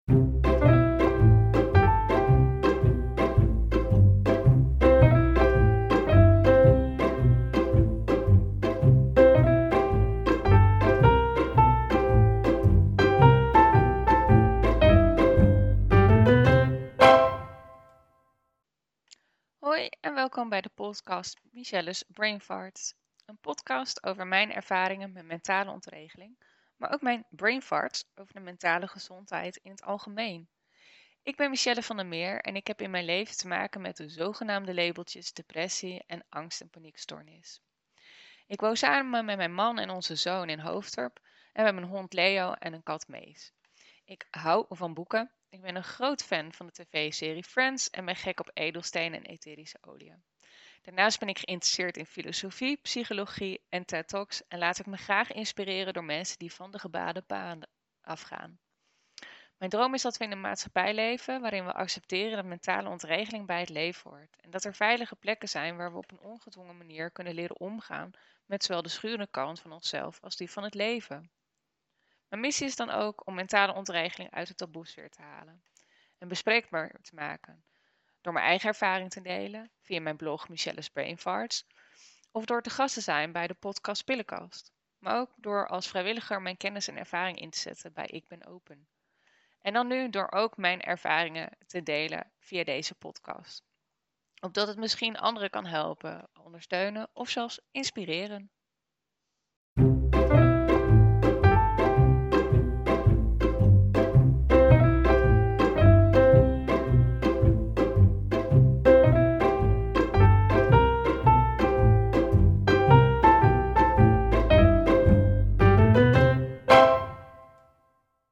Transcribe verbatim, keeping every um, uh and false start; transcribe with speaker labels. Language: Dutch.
Speaker 1: Hoi en welkom bij de podcast Michelle's Brain Farts. Een podcast over mijn ervaringen met mentale ontregeling, maar ook mijn brain farts over de mentale gezondheid in het algemeen. Ik ben Michelle van der Meer en ik heb in mijn leven te maken met de zogenaamde labeltjes depressie en angst- en paniekstoornis. Ik woon samen met mijn man en onze zoon in Hoofddorp en we hebben een hond Leo en een kat Mees. Ik hou van boeken. Ik ben een groot fan van de tv-serie Friends en ben gek op edelstenen en etherische oliën. Daarnaast ben ik geïnteresseerd in filosofie, psychologie en TED Talks en laat ik me graag inspireren door mensen die van de gebaande paden afgaan. Mijn droom is dat we in een maatschappij leven waarin we accepteren dat mentale ontregeling bij het leven hoort. En dat er veilige plekken zijn waar we op een ongedwongen manier kunnen leren omgaan met zowel de schurende kant van onszelf als die van het leven. Mijn missie is dan ook om mentale ontregeling uit de taboesfeer te halen en bespreekbaar te maken. Door mijn eigen ervaring te delen via mijn blog Michelle's Brain Farts of door te gast te zijn bij de podcast Pillenkast. Maar ook door als vrijwilliger mijn kennis en ervaring in te zetten bij Ik Ben Open. En dan nu door ook mijn ervaringen te delen via deze podcast. Opdat het misschien anderen kan helpen, ondersteunen of zelfs inspireren.